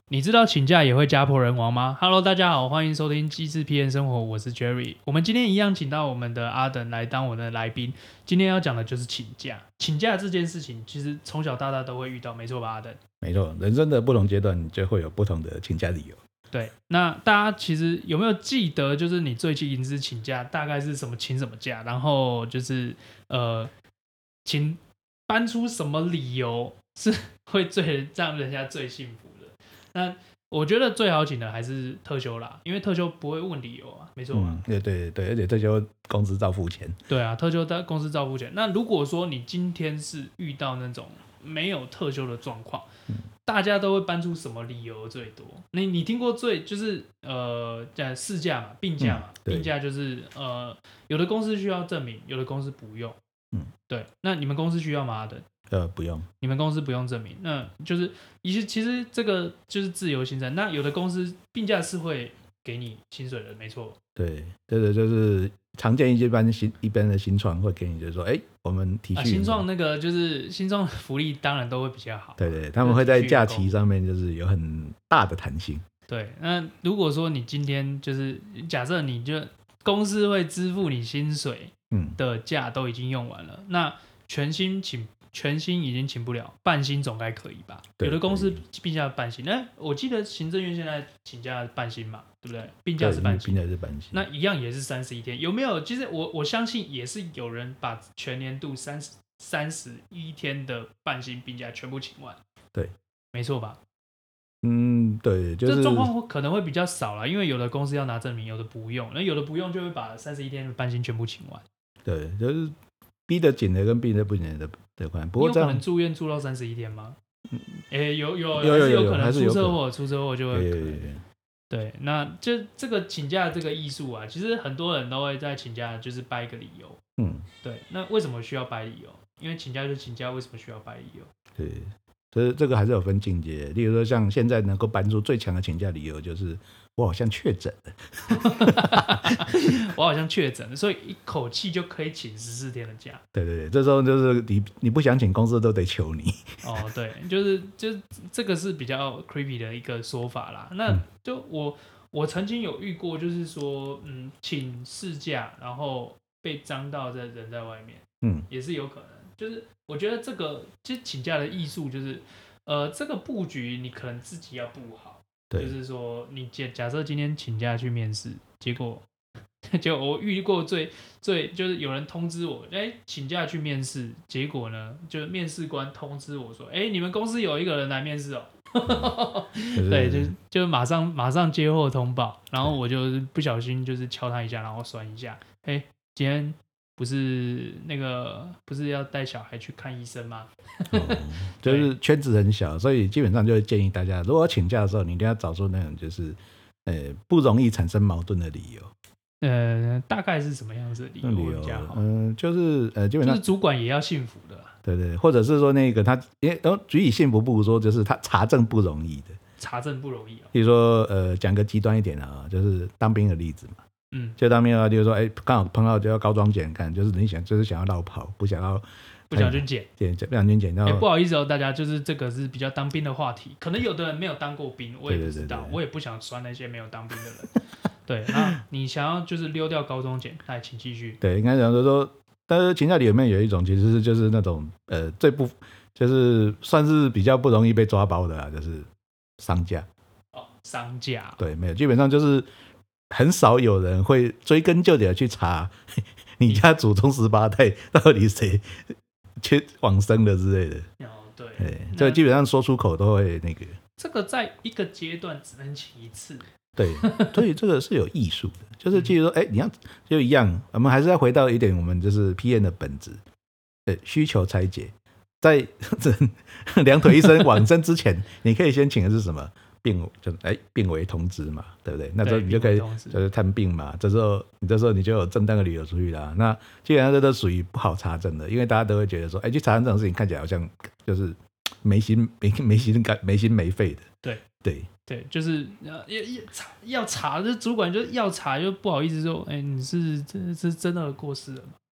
你知道请假也会家破人亡吗 ？Hello， 大家好，欢迎收听机智 PM 生活，我是 Jerry。我们今天一样请到我们的阿等来当我们的来宾。今天要讲的就是请假。请假这件事情，其实从小到大都会遇到，没错吧，阿等？ 没错，人生的不同阶段就会有不同的请假理由。 对，那大家其实有没有记得，就是你最近一次请假大概是请什么假？然后就是请搬出什么理由是会让人家最幸福的？那我觉得最好请的还是特休啦，因为特休不会问理由啊，没错吧？ 对，而且特休公司照付钱。 对啊，特休公司照付钱。那如果说你今天是遇到那种没有特休的状况，大家都会搬出什么理由最多？你听过就是事假嘛，病假嘛，病假就是有的公司需要证明，有的公司不用。对，那你们公司需要吗？ 不用， 你们公司不用证明，那就是其实这个就是自由行政。那有的公司病假是会给你薪水的，没错。 对，这个就是常见一般的新创会给你，就是说，我们体恤新创那个就是新创福利当然都会比较好。 对，他们会在假期上面就是有很大的弹性。 对，那如果说你今天就是假设你就公司会支付你薪水的假都已经用完了，那全薪已经请不了，半薪总该可以吧？有的公司病假半薪，我记得行政院现在请假半薪嘛，对不对？病假是半薪，那一样也是31天，有没有？其实我相信也是有人把全年度31天的半薪病假全部请完， 对， 没错吧？ 对，就是这状况可能会比较少啦，因为有的公司要拿证明，有的不用，那有的不用就会把31天的半薪全部请完。 对，就是逼得紧的跟逼得不紧的款。不过这样你有可能住院住到31天吗？有可能出车祸就会。对，那就这个请假这个艺术啊，其实很多人都会在请假就是掰一个理由。对，那为什么需要掰理由？因为请假就请假，为什么需要掰理由？ 对，所以这个还是有分境界。例如说，像现在能够搬出最强的请假理由，就是我好像确诊了， 我好像确诊了，所以一口气就可以请14天的假。 对，这时候就是你不想请，公司都得求你。 对，就是这个是比较 creepy 的一个说法啦。那就我曾经有遇过，就是说，请事假，然后被脏到人在外面，也是有可能。就是我觉得这个其实请假的艺术，就是这个布局你可能自己要布好。就是说，你假设今天请假去面试，结果我遇过最就是有人通知我，请假去面试，结果呢，就是面试官通知我说，你们公司有一个人来面试哦。对，就马上接获通报，然后我就不小心就是敲他一下，然后酸一下，今天不是要带小孩去看医生吗？ 就是圈子很小，所以基本上就会建议大家，如果请假的时候，你一定要找出那种就是不容易产生矛盾的理由。 大概是什么样子的理由比较好？ 就是基本上就是主管也要幸福的啦。 对，或者是说那个他，举以幸福不如说，就是他查证不容易的。 查证不容易比如说讲个极端一点啊，就是当兵的例子嘛。就当兵的话，就是说，刚好碰到就要高装检看，就是你想要绕跑，不想军检，不想军检。 不好意思大家，就是这个是比较当兵的话题，可能有的人没有当过兵，我也不知道，我也不想酸那些没有当兵的人。对，那你想要就是溜掉高中检，来，请继续。 对，应该讲说，但是请假里面有一种，其实就是那种就是算是比较不容易被抓包的啦，就是丧假。 丧假。 对，没有，基本上就是很少有人会追根究底的去查你家祖宗18代到底谁去往生的之类的。 对， 这个基本上说出口都会那个。 这个在一个阶段只能请一次。 对，所以这个是有艺术的，就是譬如说，你要就一样，我们还是要回到一点，我们就是 PM 的本质，需求拆解，在两腿一伸往生之前，你可以先请的是什么？病危通知嘛，对不对？那时候你就可以就是探病嘛，这时候你就有正当的理由出去啦。那基本上这都属于不好查证的，因为大家都会觉得说，去查证这种事情看起来好像就是没心没肺的。 对，就是要查，这主管就要查，就不好意思说，你是真的过世了吗？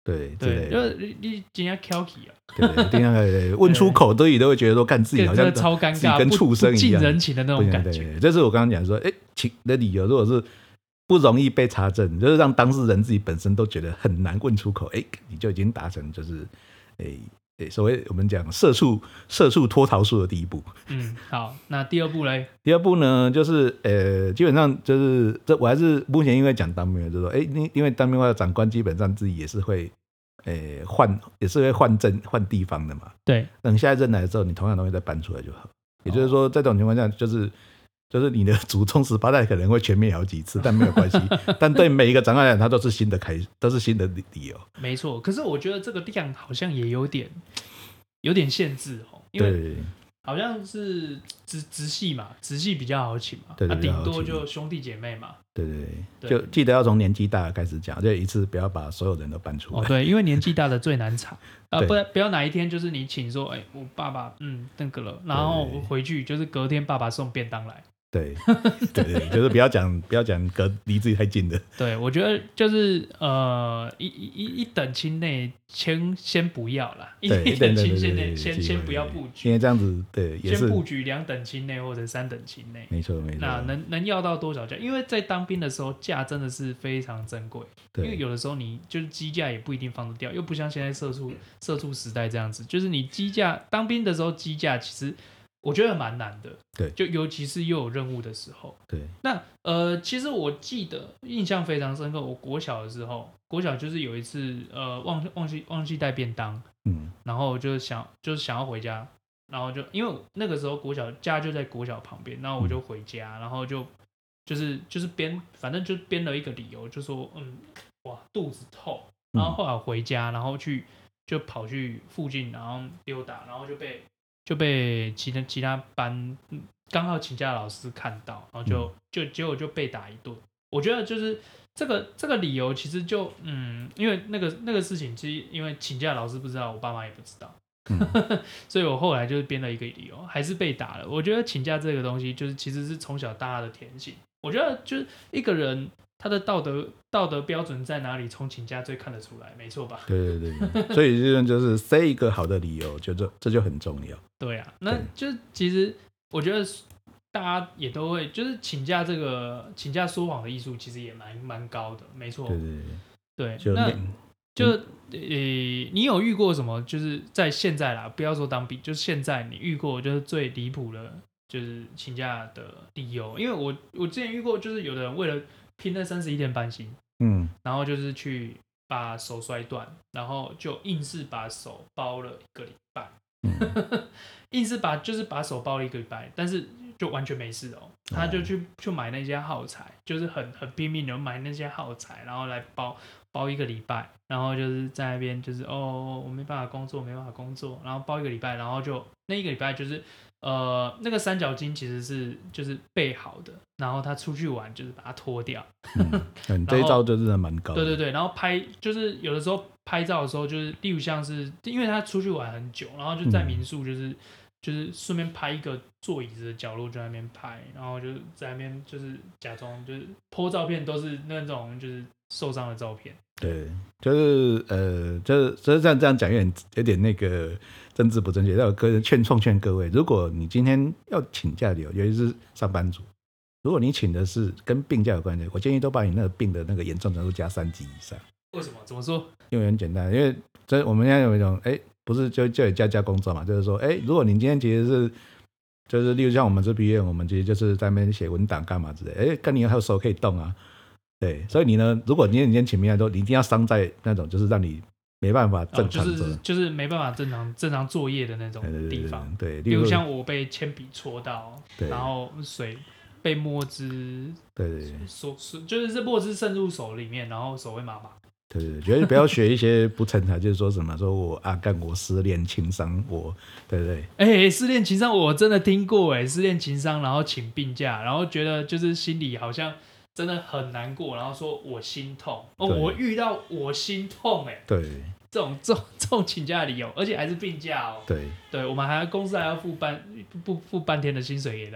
对对，就是你今天 Kelky 啊， 对，定要问出口，都会觉得说，干自己好像超尴尬， 跟畜生一样， 不近人情的那种感觉。 对，这是我刚刚讲说，请的理由，如果是不容易被查证，就是让当事人自己本身都觉得很难问出口，你就已经达成就是所谓我们讲社畜脱逃术的第一步。 好，那第二步嘞？ 第二步呢，就是基本上就是我还是目前因为讲当兵的，就是说，因为当兵的长官基本上自己也是会也是会换地方的嘛。 对， 等下一任来的时候，你同样东西再搬出来就好。也就是说，在这种情况下，就是你的祖宗18代可能会全灭好几次，但没有关系。但对每一个长官来讲，他都是新的理由。 没错，可是我觉得这个量好像也有点限制哦，因为好像是直系嘛，直系比较好请嘛，顶多就兄弟姐妹嘛。对， 就记得要从年纪大的开始讲，就一次不要把所有人都搬出来。 对，因为年纪大的最难查不要哪一天就是你请说，我爸爸那个了，然后我回去就是隔天爸爸送便当来。对， 就是不要讲离自己太近的。 对，我觉得就是一等亲内先不要啦，一等亲内先不要布局， 因为这样子对，也是先布局2等亲内或者3等亲内， 没错。 那能要到多少假？因为在当兵的时候假真的是非常珍贵，因为有的时候你就是机假也不一定放得掉，又不像现在社畜时代这样子，就是你机假当兵的时候机假其实。我觉得蛮难的， 对， 就尤其是又有任务的时候， 对。 那其实我记得印象非常深刻，我国小的时候，就是有一次忘记带便当，然后就是想要回家，然后就因为那个时候国小家就在国小旁边，然后我就回家，然后就是反正就编了一个理由，就说哇肚子痛，然后后来回家，然后就跑去附近，然后溜达，然后就被其他班刚好请假的老师看到，然后结果就被打一顿。我觉得就是这个理由其实就因为那个事情，其实因为请假的老师不知道，我爸妈也不知道，所以我后来就是编了一个理由，还是被打了。我觉得请假这个东西，就是其实是从小到大的天性。我觉得就是一个人他的道德标准在哪里，从请假最看得出来，没错吧？ 对，所以就是塞一个好的理由，这就很重要。 对啊，那就其实我觉得大家也都会，就是请假说谎的艺术，其实也蛮高的，没错。对，那就你有遇过什么？就是在现在啦，不要说当兵，就是现在你遇过就是最离谱的，就是请假的理由。因为我之前遇过，就是有的人为了拼那31天班薪，然后就是去把手摔断，然后就硬是把手包了1个礼拜。硬是把手包了1个礼拜，但是就完全没事哦。他就去买那些耗材，就是很拼命的买那些耗材，然后来包1个礼拜，然后就是在那边就是我没办法工作，然后包1个礼拜，然后就那1个礼拜就是那个三角巾其实是就是备好的，然后他出去玩就是把它脱掉。 这一招就真的蛮高的。 对，然后就是有的时候拍照的时候，就是例如像是因为他出去玩很久，然后就在民宿就是顺便拍一个坐椅子的角落，就在那边拍，然后就在那边就是假装就是 po 照片都是那种就是受伤的照片。 对，就是这样讲有点那个政治不正确，但我奉劝各位，如果你今天要请假的，尤其是上班族，如果你请的是跟病假有关的，我建议都把你那个病的那个严重程度加3级以上。 为什么？怎么说？ 因为很简单，因为我们现在有一种不是就有加工作嘛，就是说如果你今天其实是就是例如像我们这毕业，我们其实就是在那边写文档干嘛之类，跟你还有手可以动啊。对，所以你呢，如果你今天请病假都，你一定要伤在那种就是让你没办法正常就是没办法正常作业的那种地方。对，例如像我被铅笔戳到，然后水被墨汁，对，就是这墨汁渗入手里面，然后手会麻麻。 对，绝对不要学一些不成才，就是说什么说我失恋情伤，对不对？失恋情伤我真的听过失恋情伤，然后请病假，然后觉得就是心里好像真的很难过，然后说我心痛我遇到我心痛对，这种请假的理由，而且还是病假对，我们公司还要付半天的薪水给他。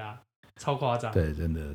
超夸张。 对，真的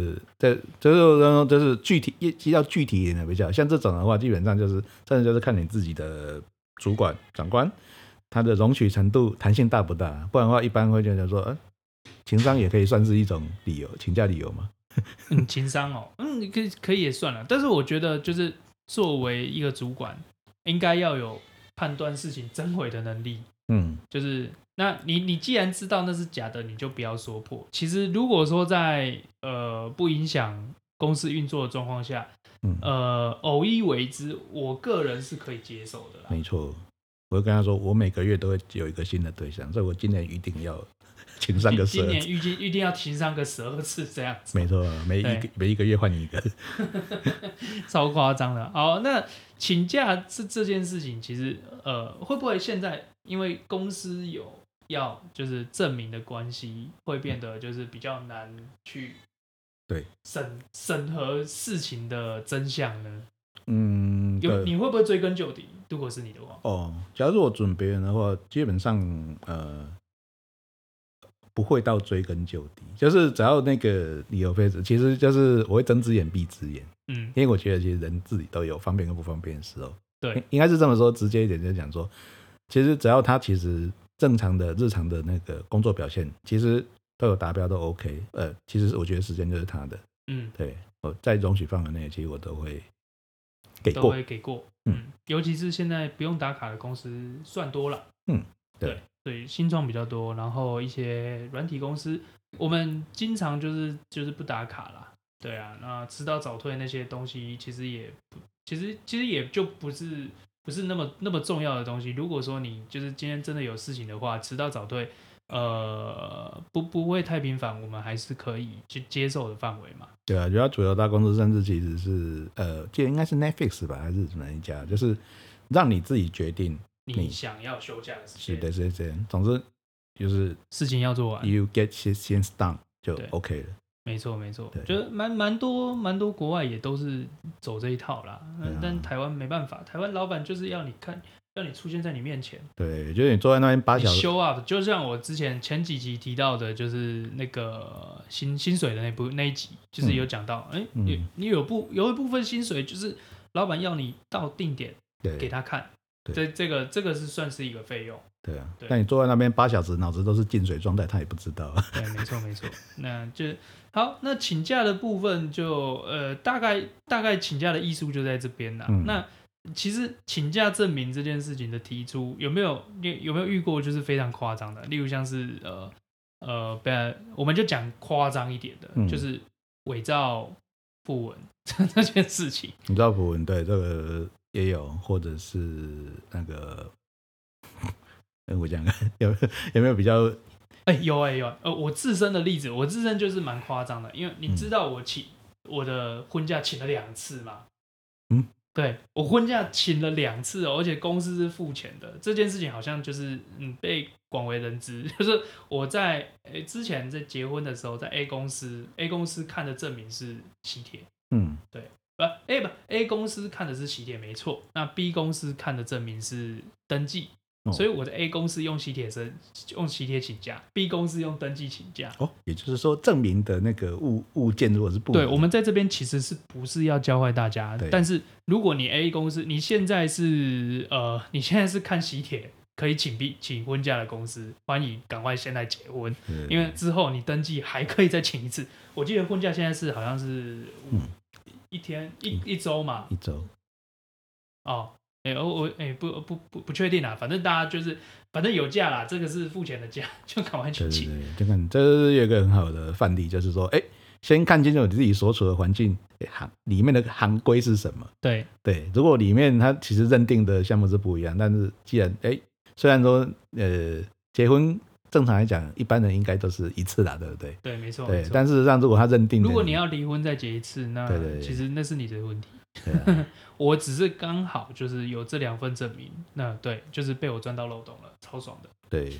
就是具体要具体一点的比较，像这种的话，基本上就是真的就是看你自己的主管长官他的容许程度弹性大不大，不然的话一般会觉得说，情商也可以算是一种理由，请假理由嘛。 情商哦，可以也算了，但是我觉得就是作为一个主管，应该要有判断事情真伪的能力。就是那你既然知道那是假的，你就不要说破。其实如果说在不影响公司运作的状况下，偶一为之，我个人是可以接受的啦。 没错，我会跟他说，我每个月都会有一个新的对象，所以我今年一定要情商个12次， 今年预定要情商个12次这样子。 没错，每一个月换一个， 超夸张的。好，那请假这件事情，其实会不会现在因为公司有要就是证明的关系，会变得就是比较难去对审核事情的真相呢？你会不会追根究底？如果是你的话， 假如我准别人的话，基本上不会到追根究底，就是只要那个理由非常，其实就是我会睁只眼闭只眼，因为我觉得其实人自己都有方便跟不方便的时候， 对， 应该是这么说，直接一点就是讲说，其实只要他其实正常的日常的那个工作表现，其实都有达标都 OK，其实我觉得时间就是他的，对，我在容许范围内，其实我都会给过， 尤其是现在不用打卡的公司算多了，对，新创比较多，然后一些软体公司，我们经常就是不打卡啦，对啊，那迟到早退那些东西，其实也就不是那么重要的东西。如果说你就是今天真的有事情的话，迟到早退，不会太频繁，我们还是可以去接受的范围嘛。 对啊，主要大公司甚至其实是记得应该是 Netflix 吧，还是哪一家，就是让你自己决定你想要休假的时间。 是的，总之就是事情要做完 ，You get things done 就 OK 了。 没错，就是蛮多国外也都是走这一套啦，但台湾没办法，台湾老板就是要你看，要你出现在你面前。 对，就是你坐在那边8小时 show up， 就像我之前前几集提到的，就是那个薪水的那一集，就是有讲到，你有一部分薪水就是老板要你到定点给他看，这个是算是一个费用。 对啊，但你坐在那边8小时，脑子都是进水状态，他也不知道。 对，没错。那就好，那请假的部分就大概请假的艺术就在这边啦。那其实请假证明这件事情的提出，有没有遇过就是非常夸张的？例如像是我们就讲夸张一点的，就是伪造讣文这件事情。 伪造讣文，对，这个也有，或者是那个。我讲有没有比较？ 有我自身的例子，我自身就是蛮夸张的，因为你知道我的婚假请了2次吗？对，我婚假请了2次而且公司是付钱的，这件事情好像就是被广为人知，就是我在之前在结婚的时候，在 A 公司看的证明是喜帖，对，A 公司看的是喜帖没错，那 B 公司看的证明是登记。所以我的 A 公司用喜帖请假 ，B 公司用登记请假。 也就是说，证明的那个物件如果是不对，我们在这边其实是不是要教坏大家？但是如果你 A 公司，你现在是看喜帖可以请婚假的公司，欢迎赶快现在结婚，因为之后你登记还可以再请一次。我记得婚假现在是好像是一天一周嘛， 一周。 不确定啦，反正大家就是反正有假啦，这个是付钱的假，就赶快去请。 对，就看这是有一个很好的范例，就是说，先看清楚你自己所处的环境，里面的行规是什么。对，如果里面它其实认定的项目是不一样，但是既然虽然说结婚正常来讲，一般人应该都是一次啦，对不对？ 对，没错。 对，但事实上，如果他认定， 如果你要离婚再结一次，那其实那是你的问题。我只是刚好就是有这2份证明，那对，就是被我钻到漏洞了，超爽的。 对，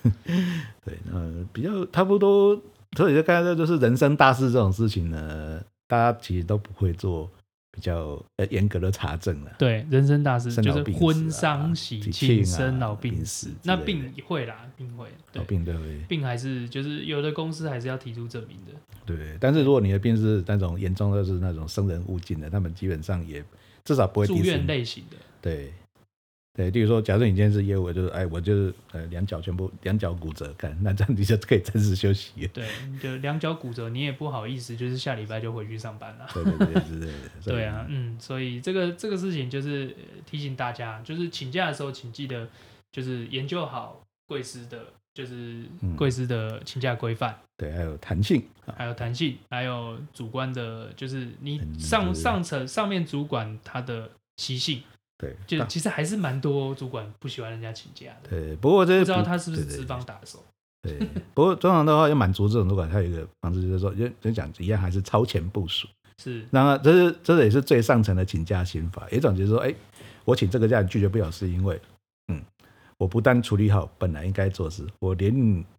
比较差不多，所以就刚才就是人生大事这种事情呢，大家其实都不会做比较严格的查证了。 对，人生大事就是生老病死婚丧喜庆、 喜庆生老病死。那之类的病会啦，病会，对， 病对会病还是就是有的公司还是要提出证明的。 对，但是如果你的病是那种严重的是那种生人勿近的，他们基本上也至少不会住院类型的。 对。对，例如说，假设你今天是业务，就是我就是两脚骨折，那这样你就可以暂时休息了。 对，就两脚骨折，你也不好意思，就是下礼拜就回去上班了。 对。 对啊，所以这个事情就是提醒大家，就是请假的时候，请记得就是研究好贵司的，就是贵司的请假规范。 对，还有弹性， 还有主观的，就是你上面主管他的习性。 对， 就其实还是蛮多主管不喜欢人家请假的。 对，不过不知道他是不是资方打手。 对，不过通常的话要满足这种主管，他有一个方式就是说，就讲一样还是超前部署。 是， 那这也是最上层的请假心法。有一种就是说，我请这个假你拒绝不了，是因为，我不但处理好本来应该做事，我连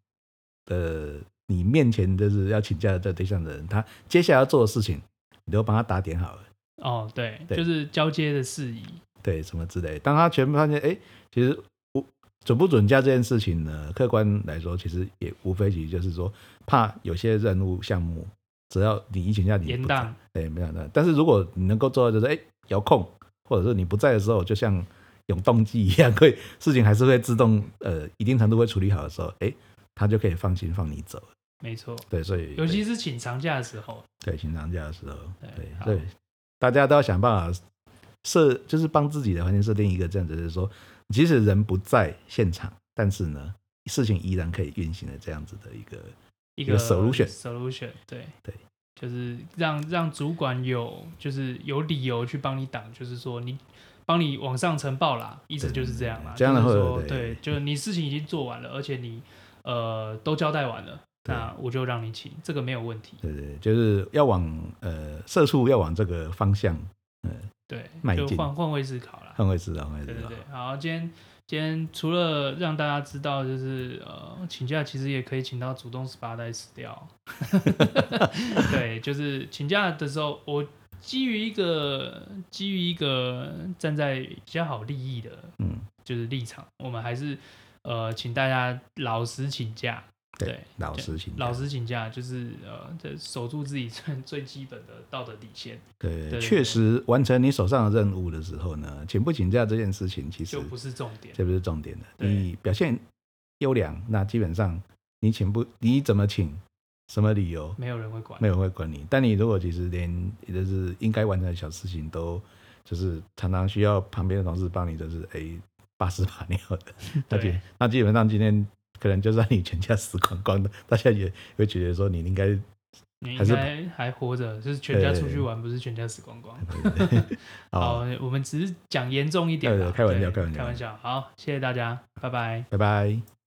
你面前就是要请假的这对象的人，他接下来要做的事情，你都帮他打点好了。 哦，对，就是交接的事宜。对， 什么之类的。当他全部发现，其实准不准假这件事情呢，客观来说，其实也无非其实就是说，怕有些任务项目，只要你一请假，你延宕， 没有的。但是如果你能够做到，就是遥控，或者是你不在的时候，就像永动机一样，事情还是会自动一定程度会处理好的时候，他就可以放心放你走。 没错， 对，所以尤其是请长假的时候， 对，请长假的时候，对，大家都要想办法就是帮自己的环境设定一个这样子，就是说，即使人不在现场，但是呢，事情依然可以运行的这样子的一个 solution， 对，就是让主管就是有理由去帮你挡，就是说帮你往上呈报啦，意思就是这样啦。 这样的话， 对，就是你事情已经做完了，而且你都交代完了，那我就让你请，这个没有问题。 对，就是要往社畜要往这个方向。 对， 迈进， 就换位思考啦。 换位思考， 对。好，今天除了让大家知道，就是请假其实也可以请到主动18代死掉。对，就是请假的时候，我基于一个站在比较好利益的，就是立场，我们还是请大家老实请假。对， 老实请假就是守住自己最基本的道德底线。 对，确实完成你手上的任务的时候呢，请不请假这件事情其实就不是重点， 这不是重点的。你表现优良，那基本上你怎么请，什么理由， 没有人会管你。但你如果其实连就是应该完成的小事情都就是常常需要旁边的同事帮你，就是把屎把尿的，那基本上今天可能就算你全家死光光的，大家也会觉得说你应该还活着，就是全家出去玩，不是全家死光光。好，我们只是讲严重一点， 开玩笑。 好，谢谢大家，拜拜。 拜拜。